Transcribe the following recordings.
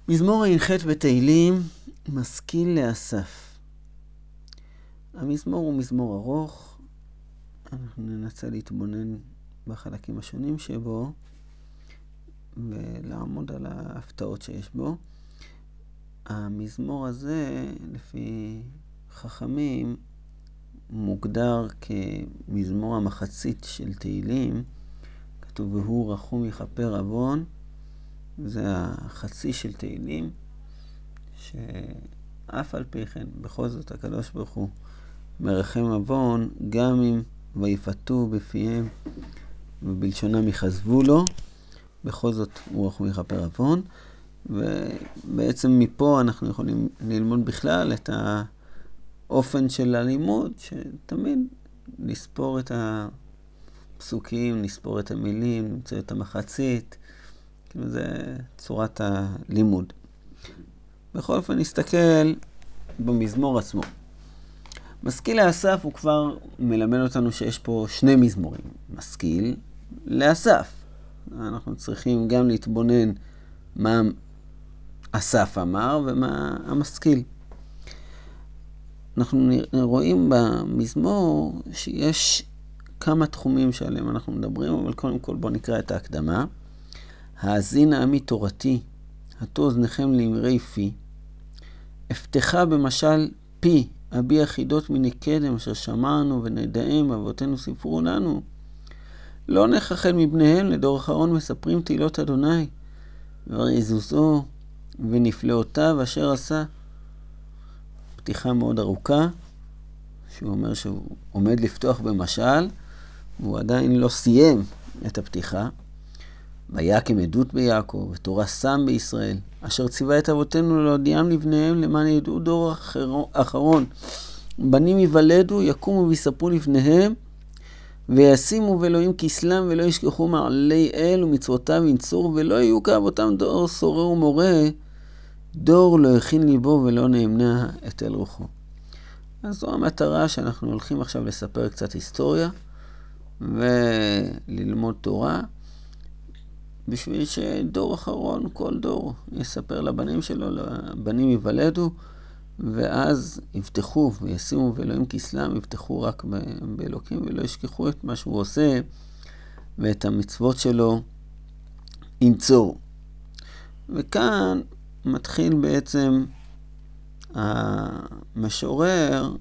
מזמור הי"ח בתהילים, משכיל לאסף. המזמור הוא מזמור ארוך, אנחנו ננסה להתבונן בחלקים השונים שבו ולעמוד על ההפתעות שיש בו. המזמור הזה, לפי חכמים, מוגדר כמזמור המחצית של תהילים. כתוב והוא רחום יכפר עוון, זה החצי של תהילים, שאף על פי כן, בכל זאת הקדוש ברוך הוא מרחם עוון, גם אם ויפתו בפיהם ובלשונם יחזבו לו, בכל זאת הוא רחום יכפר עוון. ובעצם מפה אנחנו יכולים ללמוד בכלל את האופן של הלימוד, שתמיד לספור את הפסוקים, לספור את המילים, למצוא את המחצית, כאילו זה צורת הלימוד. בכל אופן נסתכל במזמור עצמו. משכיל לאסף הוא כבר מלמד אותנו שיש פה שני מזמורים. משכיל לאסף. אנחנו צריכים גם להתבונן מה אסף אמר ומה המשכיל. אנחנו רואים במזמור שיש כמה תחומים שעליהם אנחנו מדברים, אבל קודם כל בואו נקרא את ההקדמה. האזין עמי תורתי, הטו אוזניכם לאמרי פי, הבטחה במשל פי, אביע חידות מן קדם אשר שמענו ונדעים אבותינו סיפרו לנו. לא נחחל מבניהם לדור אחרון מספרים תהילות אדוני, ורעזוזו ונפלאותיו אשר עשה. פתיחה מאוד ארוכה, שהוא אומר שהוא עומד לפתוח במשל, והוא עדיין לא סיים את הפתיחה. ויקם עדות ביעקב, ותורה שם בישראל, אשר ציווה את אבותינו להודיעם לבניהם, למען ידעו דור אחרון. בנים יוולדו, יקומו ויספרו לפניהם, וישימו באלוהים כסלם, ולא ישכחו מעלי אל ומצוותיו ינצור, ולא יהיו כאבותם דור סורר ומורה, דור לא הכין ליבו ולא נאמנה את אל רוחו. אז זו המטרה שאנחנו הולכים עכשיו לספר קצת היסטוריה, וללמוד תורה, בשביל שדור אחרון, כל דור, יספר לבנים שלו, לבנים יוולדו, ואז יבטחו וישימו באלוהים כסלם, יבטחו רק באלוקים, ולא ישכחו את מה שהוא עושה, ואת המצוות שלו ינצור. וכאן מתחיל בעצם המשורר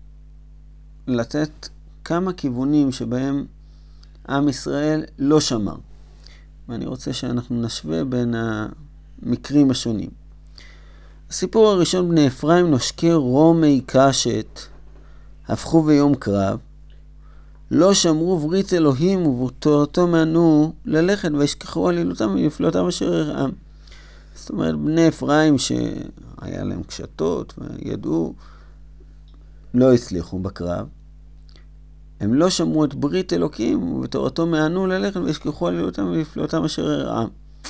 לתת כמה כיוונים שבהם עם ישראל לא שמר. ואני רוצה שאנחנו נשווה בין המקרים השונים. הסיפור הראשון, בני אפרים נושקי רומי קשת, הפכו ביום קרב, לא שמרו ברית אלוהים ובתורתו מנו ללכת וישכחו עלילותם ונפלאותיו אשר יראם. זאת אומרת, בני אפרים שהיה להם קשתות וידעו, לא הצליחו בקרב. הם לא שמרו את ברית אלוקים ובתורתו מענו ללכת וישכחו עלילותם ונפלאותם אשר יראם.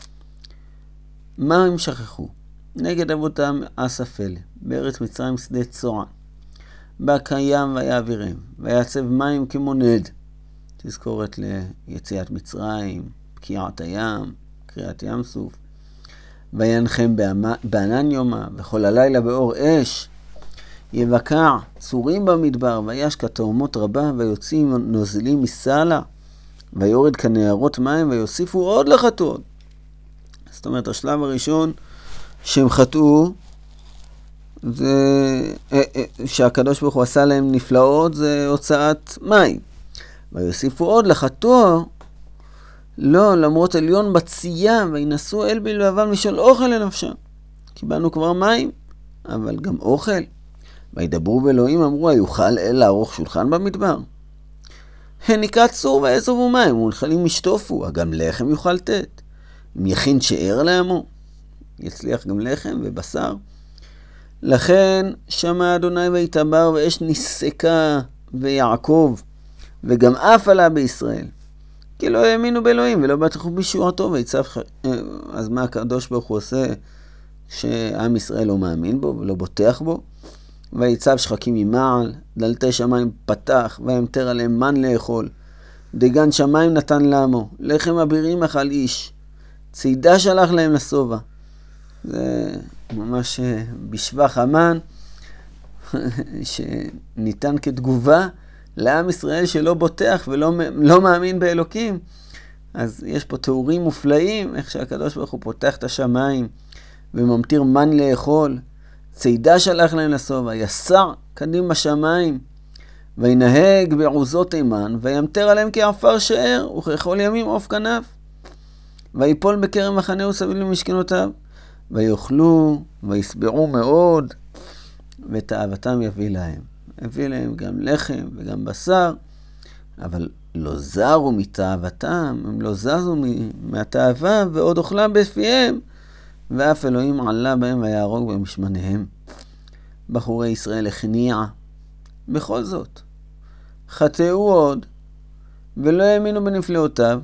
מה הם שכחו? נגד אבותם אסף אלה, בארץ מצרים שדה צוען. בא קיים ויעבירם, ויעצב מים כמו נד. תזכורת ליציאת מצרים, בקיעת הים, קריעת ים סוף. וינחם בענן יומה, וכל הלילה באור אש. יבקע צורים במדבר, וישקע תאומות רבה, ויוצאים נוזלים מסלע, ויורד כנהרות מים, ויוסיפו עוד לחטאות. זאת אומרת, השלב הראשון שהם חטאו, זה שהקדוש ברוך הוא עשה להם נפלאות, זה הוצאת מים. ויוסיפו עוד לחטוא, לא, למרות עליון בצייה, וינסו אל בלבבם לשאול אוכל לנפשם. קיבלנו כבר מים, אבל גם אוכל. וידברו באלוהים, אמרו, היוכל אל לערוך שולחן במדבר? הניקה צור ואזובו מים, ונחלים ישטופו, גם לחם יוכל תת. אם יכין שאר לעמו, יצליח גם לחם ובשר. לכן שמע אדוני ויתבר, ואש נסקה ויעקב, וגם אף עלה בישראל. כי לא האמינו באלוהים ולא בטחו בישועתו, ויצב אז מה הקדוש ברוך הוא עושה שעם ישראל לא מאמין בו ולא בוטח בו? ויצב שחקים ממעל, דלתי שמיים פתח, וימטר עליהם מן לאכול. דגן שמיים נתן לעמו, לחם אבירים אכל איש. צידה שלח להם לשובע. זה ממש בשבח המן, שניתן כתגובה לעם ישראל שלא בוטח ולא מאמין באלוקים. אז יש פה תיאורים מופלאים, איך שהקדוש ברוך הוא פותח את השמיים וממטיר מן לאכול. צידה שלח להם לשובע, יסר קדים בשמיים, וינהג בעוזות תימן, וימטר עליהם כעפר שאר, וככל ימים עוף כנף. ויפול בקרב מחנהו סביב למשכנותיו, ויאכלו וישבעו מאוד, ותאוותם יביא להם. הביא להם גם לחם וגם בשר, אבל לא זרו מתאוותם, הם לא זזו מהתאווה, ועוד אוכלם בפיהם, ואף אלוהים עלה בהם ויהרוג במשמניהם. בחורי ישראל הכניע. בכל זאת, חטאו עוד, ולא האמינו בנפלאותיו,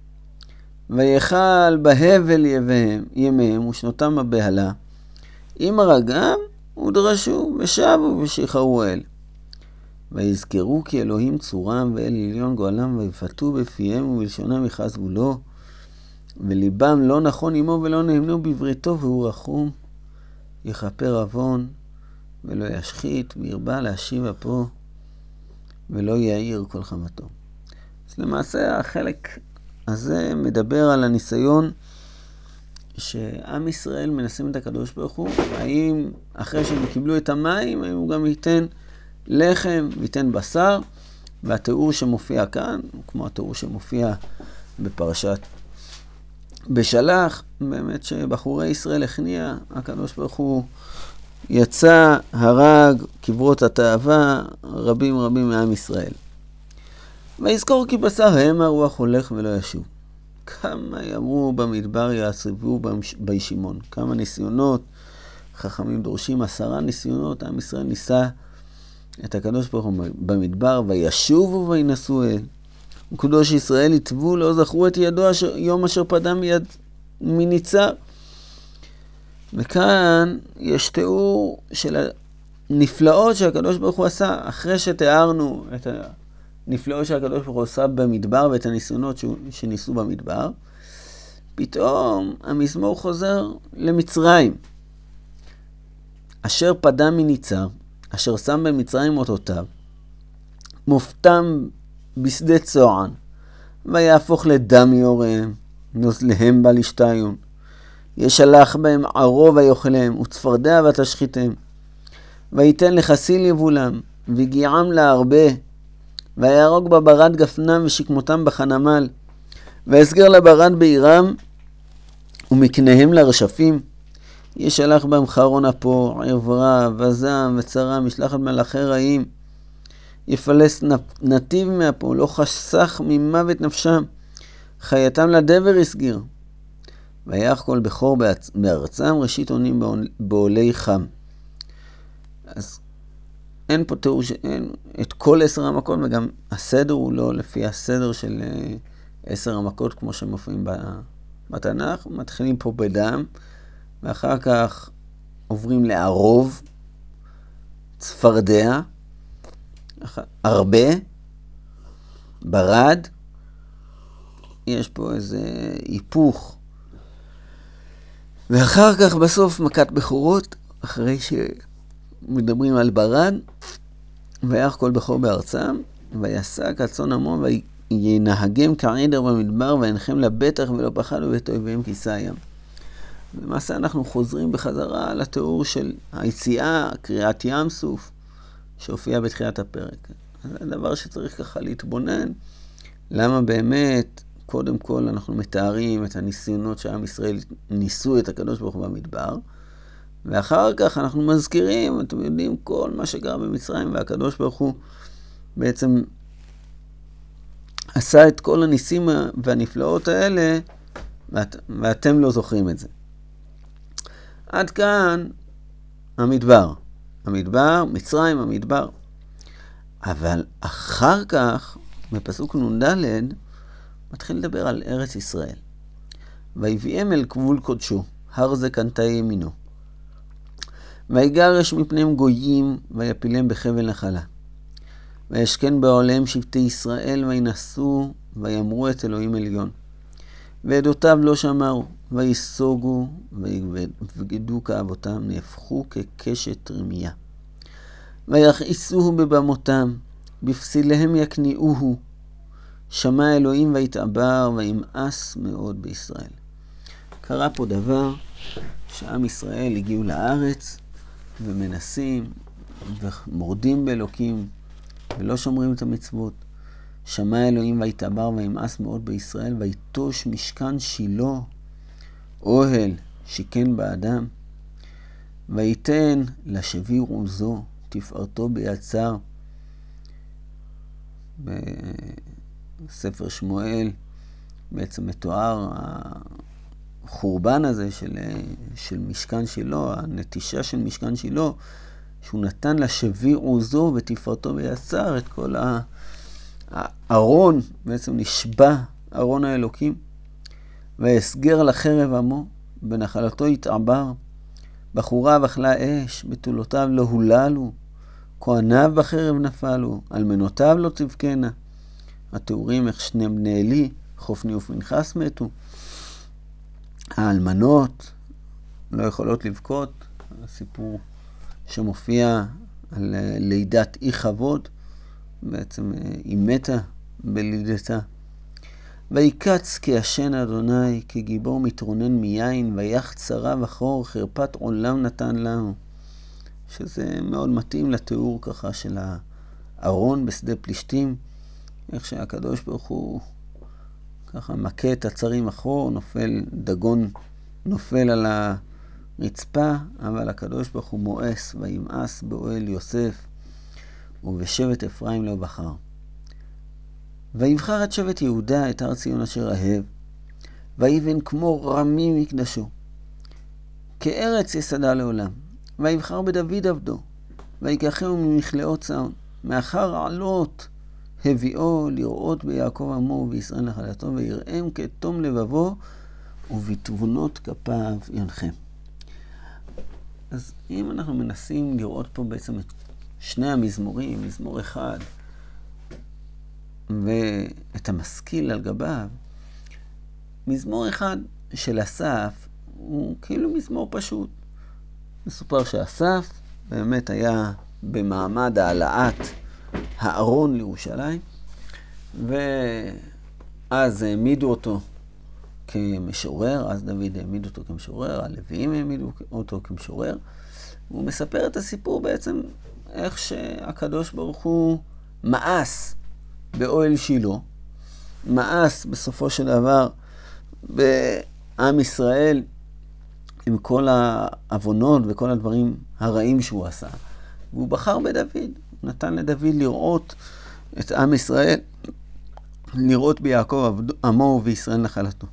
ויחל בהבל ימיהם ושנותם הבהלה. עם הרגם ודרשו ושבו ושיחרו אל. ויזכרו כי אלוהים צורם ואל עליון גואלם, ויפתו בפיהם ובלשונם יחזבו לו, וליבם לא נכון עמו ולא נאמנו בבריתו, והוא רחום, יכפר עוון ולא ישחית, וירבה להשיב אפו ולא יאיר כל חמתו. אז למעשה החלק הזה מדבר על הניסיון שעם ישראל מנסים את הקדוש ברוך הוא, האם אחרי שהם קיבלו את המים, האם הוא גם ייתן לחם וייתן בשר, והתיאור שמופיע כאן, כמו התיאור שמופיע בפרשת בשלח, באמת שבחורי ישראל הכניע, הקדוש ברוך הוא יצא, הרג, קברות התאווה, רבים מעם ישראל. ויזכור כי בשר המה הרוח הולך ולא ישוב. כמה יאמרו במדבר יעשבו בישימון. כמה ניסיונות, חכמים דורשים 10 ניסיונות, עם ישראל ניסה את הקדוש ברוך הוא במדבר, וישובו וינסו אל. וקדוש ישראל יתבו לא זכרו את ידו יום אשר פדם מניצר. וכאן יש תיאור של הנפלאות שהקדוש ברוך הוא עשה, אחרי שתיארנו את הנפלאות שהקדוש ברוך הוא עשה במדבר ואת הניסיונות שניסו במדבר, פתאום המזמור חוזר למצרים. אשר פדם מניצר, אשר שם במצרים אותותיו, מופתם בשדה צוען, ויהפוך לדם יוריהם, נוזליהם בא לשתיון. ישלח בהם ערו ויאכלם, וצפרדע ותשחיתם. ויתן לחסיל יבולם, וגיעם להרבה, ויהרוג בברד גפנם ושכמותם בחנמל, ויסגר לברד בעירם, ומקניהם לרשפים. ישלח בהם חרון אפו, עברה, וזעם וצרם, ישלח את מלאכי רעים. יפלס נתיב מאפו, לא חסך ממוות נפשם. חייתם לדבר יסגיר. ויח כל בכור בארצם, ראשית עונים בעולי חם. אז אין פה תיאור שאין את כל 10 המכות, וגם הסדר הוא לא לפי הסדר של 10 המכות כמו שמופיעים בתנ"ך. מתחילים פה בדם, ואחר כך עוברים לערוב, צפרדע, הרבה, ברד. יש פה איזה היפוך. ואחר כך בסוף מכת בכורות, אחרי שמדברים על ברד, ויח כל בכור בארצם, ויסק הצאן עמו, וינהגם כעדר במדבר, וינחם לבטח ולא פחדו ואת אויביהם כיסה הים. למעשה אנחנו חוזרים בחזרה לתיאור של היציאה, קריאת ים סוף, שהופיע בתחילת הפרק. זה הדבר שצריך ככה להתבונן, למה באמת קודם כל אנחנו מתארים את הניסיונות שעם ישראל ניסו את הקדוש ברוך הוא במדבר, ואחר כך אנחנו מזכירים, אתם יודעים, כל מה שקרה במצרים, והקדוש ברוך הוא בעצם עשה את כל הניסים והנפלאות האלה, ואתם לא זוכרים את זה. עד כאן המדבר. מצרים, המדבר. אבל אחר כך, בפסוק נ"ד, מתחיל לדבר על ארץ ישראל. ויביאם אל גבול קודשו, הר זה קנתה ימינו. ויגרש מפניהם גויים, ויפילם בחבל נחלה. וישכן בעליהם שבטי ישראל, וינסו, ויאמרו את אלוהים עליון. ועדותיו לא שמרו, ויסוגו, ויבגדו כאבותם, נהפכו כקשת רמייה. ויכעיסוהו בבמותם, בפסיליהם יקניעוהו, שמע אלוהים ויתעבר, וימאס מאוד בישראל. קרה פה דבר, שעם ישראל הגיעו לארץ, ומנסים, ומורדים באלוקים, ולא שומרים את המצוות. שמע אלוהים ויתעבר, וימאס מאוד בישראל, ויטוש משכן שילה, אוהל שיכן באדם, ויתן לשביר עוזו, תפארתו ביצר. בספר שמואל בעצם מתואר החורבן הזה של משכן שילה, הנטישה של משכן שילה, שהוא נתן לשביר עוזו ותפארתו ביצר, את כל הארון, בעצם נשבע ארון האלוקים, והסגר לחרב עמו, בנחלתו יתעבר, בחוריו אכלה אש, בתולותיו לא הוללו, כהניו בחרב נפלו, אלמנותיו לא תבכנה. התיאורים איך שני בני עלי, חופני ופנחס מתו. האלמנות לא יכולות לבכות, הסיפור שמופיע על לידת אי חבוד, בעצם היא מתה בלידתה. ויקץ כי ישן אדוני, כגיבור מתרונן מיין, ויח צרה וחור, חרפת עולם נתן לנו. שזה מאוד מתאים לתיאור ככה של הארון בשדה פלישתים, איך שהקדוש ברוך הוא ככה מכה את הצרים אחור, דגון נופל על הרצפה, אבל הקדוש ברוך הוא מואס וימאס באוהל יוסף, ובשבט אפרים לא בחר. ויבחר את שבט יהודה את הר ציון אשר אהב, ויבן כמו רמי מקדשו, כארץ יסדה לעולם. ויבחר בדוד עבדו, ויקחהו ממכלאות צאן, מאחר עלות הביאו לראות ביעקב עמו ובישראל נחלתו, ויראם כתום לבבו, ובתבונות כפיו ינחם. אז אם אנחנו מנסים לראות פה בעצם את שני המזמורים, מזמור אחד, ואת המשכיל על גביו, מזמור אחד של אסף הוא כאילו מזמור פשוט. מסופר שאסף באמת היה במעמד העלאת הארון לירושלים, ואז העמידו אותו כמשורר, אז דוד העמיד אותו כמשורר, הלוויים העמידו אותו כמשורר. הוא מספר את הסיפור בעצם איך שהקדוש ברוך הוא מאס באוהל שילה, מאס בסופו של דבר בעם ישראל עם כל העוונות וכל הדברים הרעים שהוא עשה. והוא בחר בדוד, הוא נתן לדוד לראות את עם ישראל, לראות ביעקב עמו ובישראל נחלתו.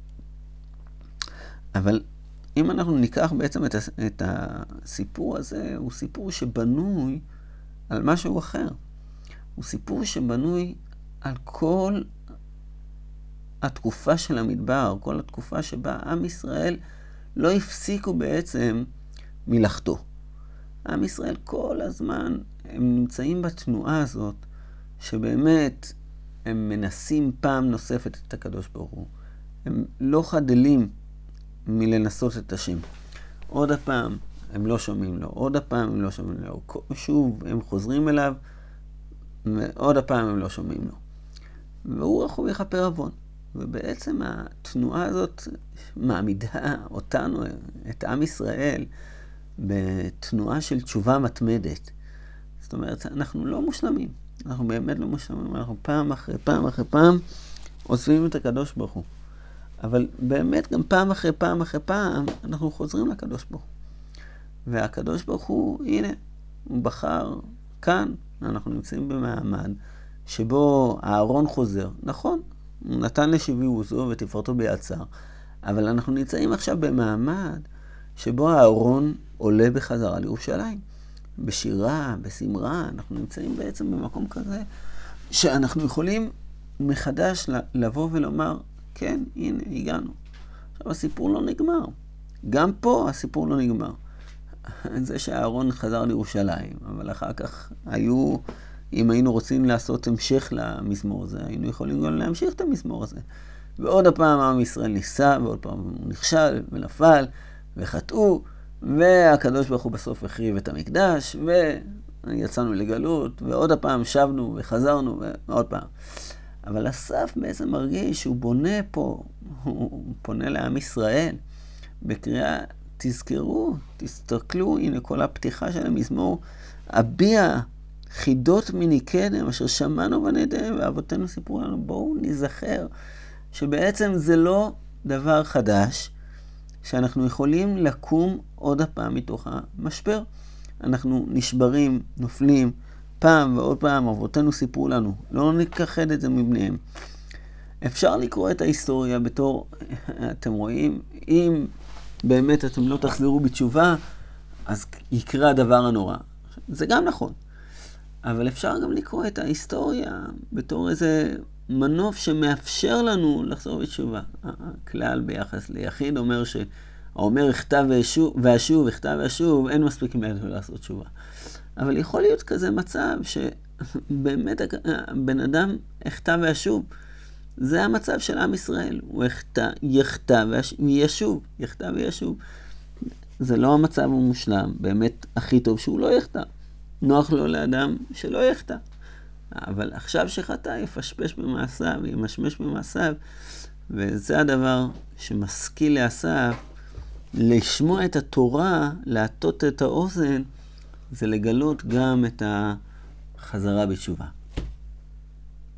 אבל אם אנחנו ניקח בעצם את הסיפור הזה, הוא סיפור שבנוי על משהו אחר. הוא סיפור שבנוי על כל התקופה של המדבר, כל התקופה שבה עם ישראל לא הפסיקו בעצם מלאכתו. עם ישראל כל הזמן הם נמצאים בתנועה הזאת, שבאמת הם מנסים פעם נוספת את הקדוש ברוך הוא. הם לא חדלים מלנסות את השם. עוד הפעם הם לא שומעים לו, עוד הפעם הם לא שומעים לו, שוב הם חוזרים אליו, ועוד הפעם הם לא שומעים לו. והוא רחוב יכפר עוון. ובעצם התנועה הזאת מעמידה אותנו, את עם ישראל, בתנועה של תשובה מתמדת. זאת אומרת, אנחנו לא מושלמים. אנחנו באמת לא מושלמים. אנחנו פעם אחרי פעם אחרי פעם עוזבים את הקדוש ברוך הוא. אבל באמת גם פעם אחרי פעם אחרי פעם אנחנו חוזרים לקדוש ברוך הוא. והקדוש ברוך הוא, הנה, הוא בחר כאן. אנחנו נמצאים במעמד שבו הארון חוזר. נכון, הוא נתן לשביר עוזו ותפארתו ביצר. אבל אנחנו נמצאים עכשיו במעמד שבו הארון עולה בחזרה לירושלים. בשירה, בסמרה, אנחנו נמצאים בעצם במקום כזה שאנחנו יכולים מחדש לבוא ולומר, כן, הנה, הגענו. עכשיו, הסיפור לא נגמר. גם פה הסיפור לא נגמר. זה שהארון חזר לירושלים, אבל אחר כך אם היינו רוצים לעשות המשך למזמור הזה, היינו יכולים גם להמשיך את המזמור הזה. ועוד הפעם עם ישראל ניסה, ועוד פעם הוא נכשל ונפל וחטאו, והקדוש ברוך הוא בסוף החריב את המקדש, ויצאנו לגלות, ועוד הפעם שבנו וחזרנו, ועוד פעם. אבל אסף בעצם מרגיש שהוא בונה פה, הוא פונה לעם ישראל, בקריאה, תזכרו, תסתכלו, הנה כל הפתיחה של המזמור, אביע חידות מני קדם, אשר שמענו ונדע, ואבותינו סיפרו לנו, בואו נזכר, שבעצם זה לא דבר חדש, שאנחנו יכולים לקום עוד הפעם מתוך המשבר. אנחנו נשברים, נופלים, פעם ועוד פעם, אבותינו סיפרו לנו, לא נכחד את זה מבניהם. אפשר לקרוא את ההיסטוריה בתור, אתם רואים, אם באמת אתם לא תחזרו בתשובה, אז יקרה הדבר הנורא. זה גם נכון. אבל אפשר גם לקרוא את ההיסטוריה בתור איזה מנוף שמאפשר לנו לחזור בתשובה. הכלל ביחס ליחיד אומר האומר הכתב והשוב, הכתב והשוב, אין מספיק מידע לעשות תשובה. אבל יכול להיות כזה מצב שבאמת הבן אדם הכתב והשוב. זה המצב של עם ישראל. הוא יכתב וישוב, יכתב וישוב. זה לא המצב המושלם, באמת הכי טוב שהוא לא יכתב. נוח לו לאדם שלא יכתב. אבל עכשיו שחטא יפשפש במעשיו, ימשמש במעשיו, וזה הדבר שמשכיל לאסף, לשמוע את התורה, להטות את האוזן, זה לגלות גם את החזרה בתשובה.